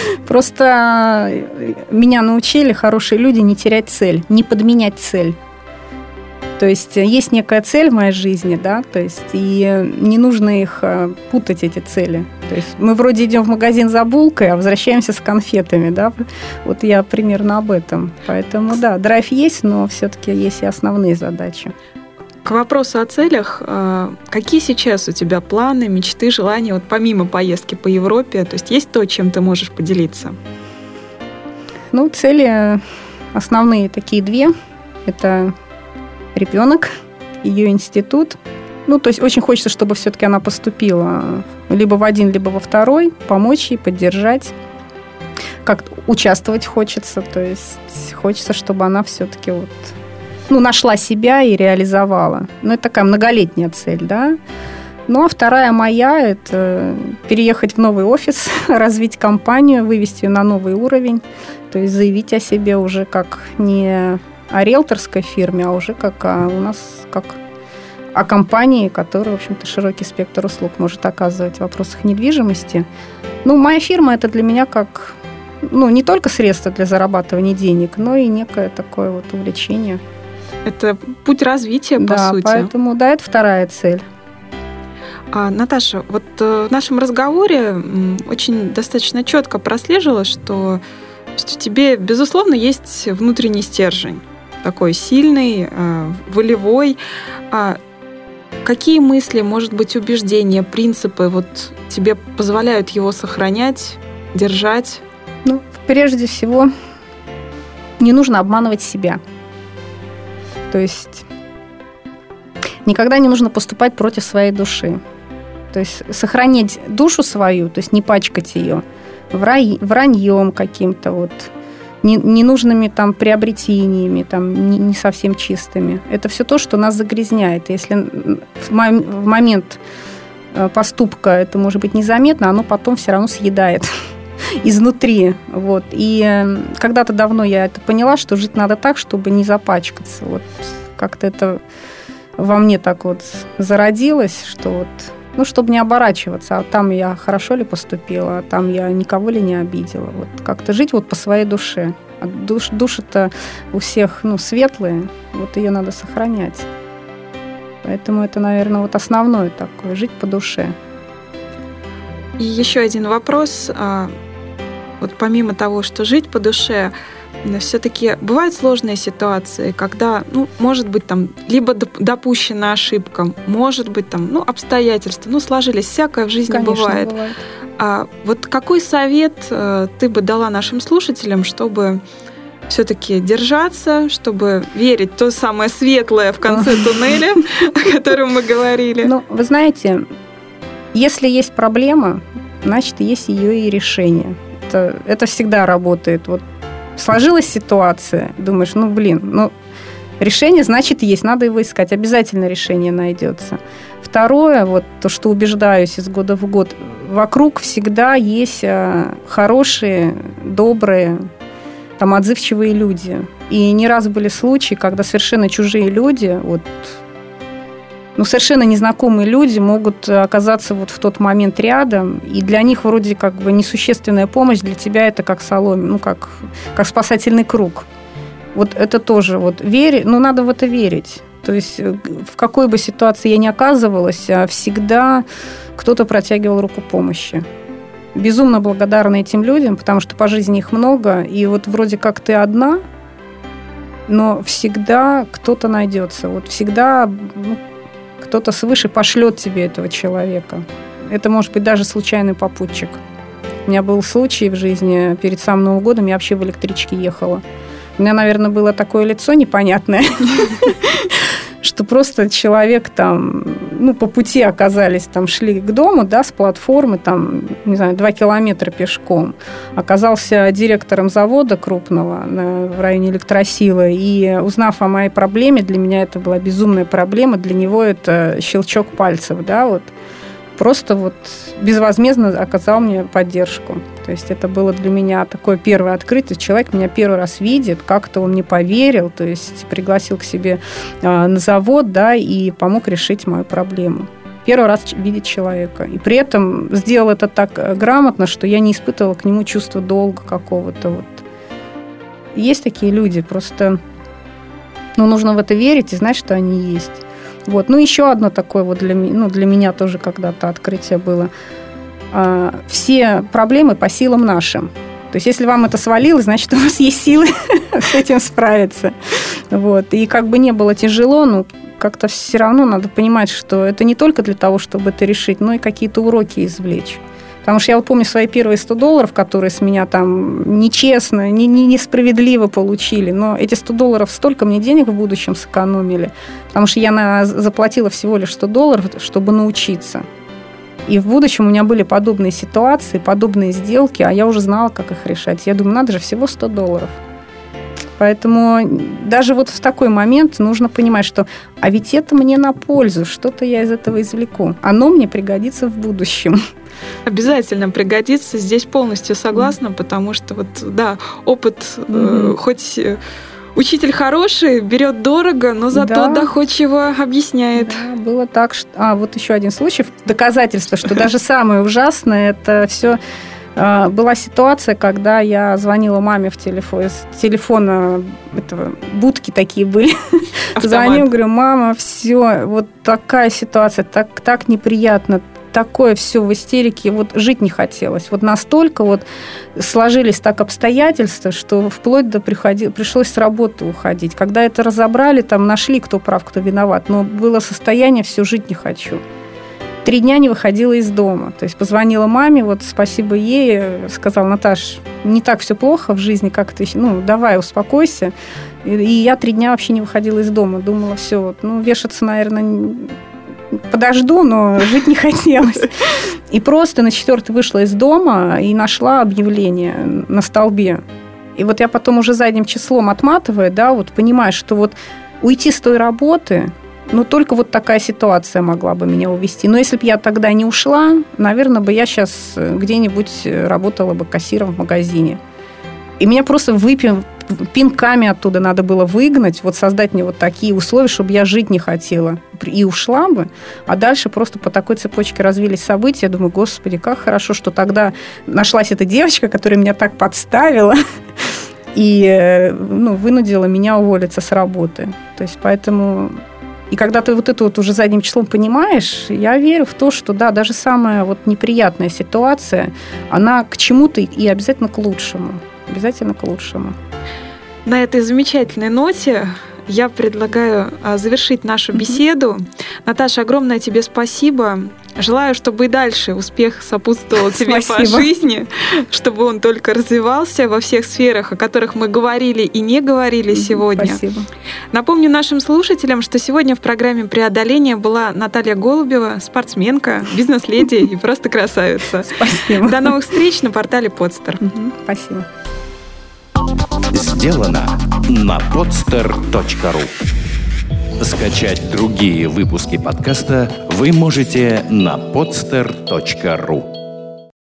Просто меня научили хорошие люди не терять цель, не подменять цель. То есть есть некая цель в моей жизни, да, то есть и не нужно их путать, эти цели. То есть мы вроде идем в магазин за булкой, а возвращаемся с конфетами, да. Вот я примерно об этом. Поэтому, да, драйв есть, но все-таки есть и основные задачи. К вопросу о целях, какие сейчас у тебя планы, мечты, желания, вот помимо поездки по Европе, то есть есть то, чем ты можешь поделиться? Ну, цели основные такие 2. Это ребенок, ее институт. Ну, то есть очень хочется, чтобы все-таки она поступила либо в один, либо во второй, помочь ей, поддержать. Как-то участвовать хочется, то есть хочется, чтобы она все-таки вот, ну, нашла себя и реализовала. Ну, это такая многолетняя цель, да. Ну, а вторая моя – это переехать в новый офис, развить компанию, вывести ее на новый уровень, то есть заявить о себе уже как не о риэлторской фирме, а уже как у нас как о компании, которая, в общем-то, широкий спектр услуг может оказывать в вопросах недвижимости. Ну, моя фирма – это для меня как, ну, не только средство для зарабатывания денег, но и некое такое вот увлечение. Это путь развития, по сути. Да, поэтому, да, это вторая цель. Наташа, вот в нашем разговоре очень достаточно четко прослеживалось, что тебе, безусловно, есть внутренний стержень, такой сильный, волевой. Какие мысли, может быть, убеждения, принципы вот тебе позволяют его сохранять, держать? Ну, прежде всего, не нужно обманывать себя. То То есть никогда не нужно поступать против своей души. То есть сохранить душу свою, то есть не пачкать ее враньем каким-то, вот, ненужными там приобретениями, там, не совсем чистыми. Это все то, что нас загрязняет. Если в момент поступка это может быть незаметно, оно потом все равно съедает изнутри. Вот. И когда-то давно я это поняла, что жить надо так, чтобы не запачкаться. Вот как-то это во мне так вот зародилось, что вот, ну, чтобы не оборачиваться, а там я хорошо ли поступила, а там я никого ли не обидела. Вот как-то жить вот по своей душе. А души-то у всех, ну, светлые, вот ее надо сохранять. Поэтому это, наверное, вот основное такое, жить по душе. И еще один вопрос. Вот помимо того, что жить по душе, все-таки бывают сложные ситуации, когда, ну, может быть, там, либо допущена ошибка, может быть, там, ну, обстоятельства, ну, сложились, всякое в жизни. Конечно, бывает. А вот какой совет ты бы дала нашим слушателям, чтобы все-таки держаться, чтобы верить в то самое светлое в конце туннеля, о котором мы говорили? Ну, вы знаете, если есть проблема, значит, есть ее и решение. Это всегда работает. Вот сложилась ситуация, думаешь, решение, значит, есть, надо его искать, обязательно решение найдется. Второе, вот то, что убеждаюсь из года в год, вокруг всегда есть хорошие, добрые, там, отзывчивые люди. И не раз были случаи, когда совершенно чужие люди, вот, совершенно незнакомые люди могут оказаться вот в тот момент рядом, и для них вроде как бы несущественная помощь, для тебя это как как спасательный круг. Вот это тоже, вот, надо в это верить. То есть в какой бы ситуации я ни оказывалась, всегда кто-то протягивал руку помощи. Безумно благодарна этим людям, потому что по жизни их много, и вот вроде как ты одна, но всегда кто-то найдется. Вот всегда кто-то свыше пошлет тебе этого человека. Это может быть даже случайный попутчик. У меня был случай в жизни перед самым Новым годом, я вообще в электричке ехала. У меня, наверное, было такое лицо непонятное, что просто человек там, по пути оказались, там шли к дому, да, с платформы, там, не знаю, 2 километра пешком. Оказался директором завода крупного в районе Электросилы, и узнав о моей проблеме, для меня это была безумная проблема, для него это щелчок пальцев, да, вот. Просто вот безвозмездно оказал мне поддержку. То есть это было для меня такое первое открытие. Человек меня первый раз видит, как-то он мне поверил, то есть пригласил к себе на завод, да, и помог решить мою проблему. Первый раз видеть человека. И при этом сделал это так грамотно, что я не испытывала к нему чувства долга какого-то. Вот. Есть такие люди, просто нужно в это верить и знать, что они есть. Вот. Еще одно такое вот для меня тоже когда-то открытие было. Все проблемы по силам нашим. То есть, если вам это свалилось, значит, у вас есть силы с этим справиться. Вот. И как бы не было тяжело, как-то все равно надо понимать, что это не только для того, чтобы это решить, но и какие-то уроки извлечь. Потому что я помню свои первые $100, которые с меня там нечестно, несправедливо получили. Но эти $100 столько мне денег в будущем сэкономили. Потому что я заплатила всего лишь $100, чтобы научиться. И в будущем у меня были подобные ситуации, подобные сделки, а я уже знала, как их решать. Я думаю, надо же, всего $100. Поэтому даже вот в такой момент нужно понимать, что а ведь это мне на пользу, что-то я из этого извлеку. Оно мне пригодится в будущем. Обязательно пригодится. Здесь полностью согласна, потому что вот, да, опыт, хоть учитель хороший, берет дорого, но зато доходчиво объясняет. Да, было так, что... вот еще один случай. Доказательство, что даже самое ужасное, это все... Была ситуация, когда я звонила маме в телефон, с телефона этого, будки такие были. Звоню, говорю, мама, все, вот такая ситуация, так неприятно, такое все в истерике, вот жить не хотелось. Вот настолько вот сложились так обстоятельства, что вплоть до пришлось с работы уходить. Когда это разобрали, там нашли, кто прав, кто виноват, но было состояние, все, жить не хочу. 3 дня не выходила из дома. То есть позвонила маме, вот спасибо ей, сказала: Наташ, не так все плохо в жизни, как ты, давай, успокойся. И я 3 дня вообще не выходила из дома. Думала, все, вешаться, наверное, подожду, но жить не хотелось. И просто на 4-й вышла из дома и нашла объявление на столбе. И вот я потом уже задним числом отматывая, понимаю, что вот уйти с той работы, только вот такая ситуация могла бы меня увести. Но если бы я тогда не ушла, наверное, бы я сейчас где-нибудь работала бы кассиром в магазине. И меня просто пинками оттуда надо было выгнать, создать мне вот такие условия, чтобы я жить не хотела. И ушла бы. А дальше просто по такой цепочке развились события. Я думаю, господи, как хорошо, что тогда нашлась эта девочка, которая меня так подставила и вынудила меня уволиться с работы. То есть поэтому... И когда ты вот это вот уже задним числом понимаешь, я верю в то, что да, даже самая неприятная ситуация, она к чему-то и обязательно к лучшему. Обязательно к лучшему. На этой замечательной ноте я предлагаю завершить нашу беседу. Наташа, огромное тебе спасибо. Желаю, чтобы и дальше успех сопутствовал тебе по жизни, чтобы он только развивался во всех сферах, о которых мы говорили и не говорили сегодня. Спасибо. Напомню нашим слушателям, что сегодня в программе «Преодоление» была Наталья Голубева, спортсменка, бизнес-леди и просто красавица. Спасибо. До новых встреч на портале Podster. Спасибо. Сделано на podster.ru. Скачать другие выпуски подкаста вы можете на podster.ru.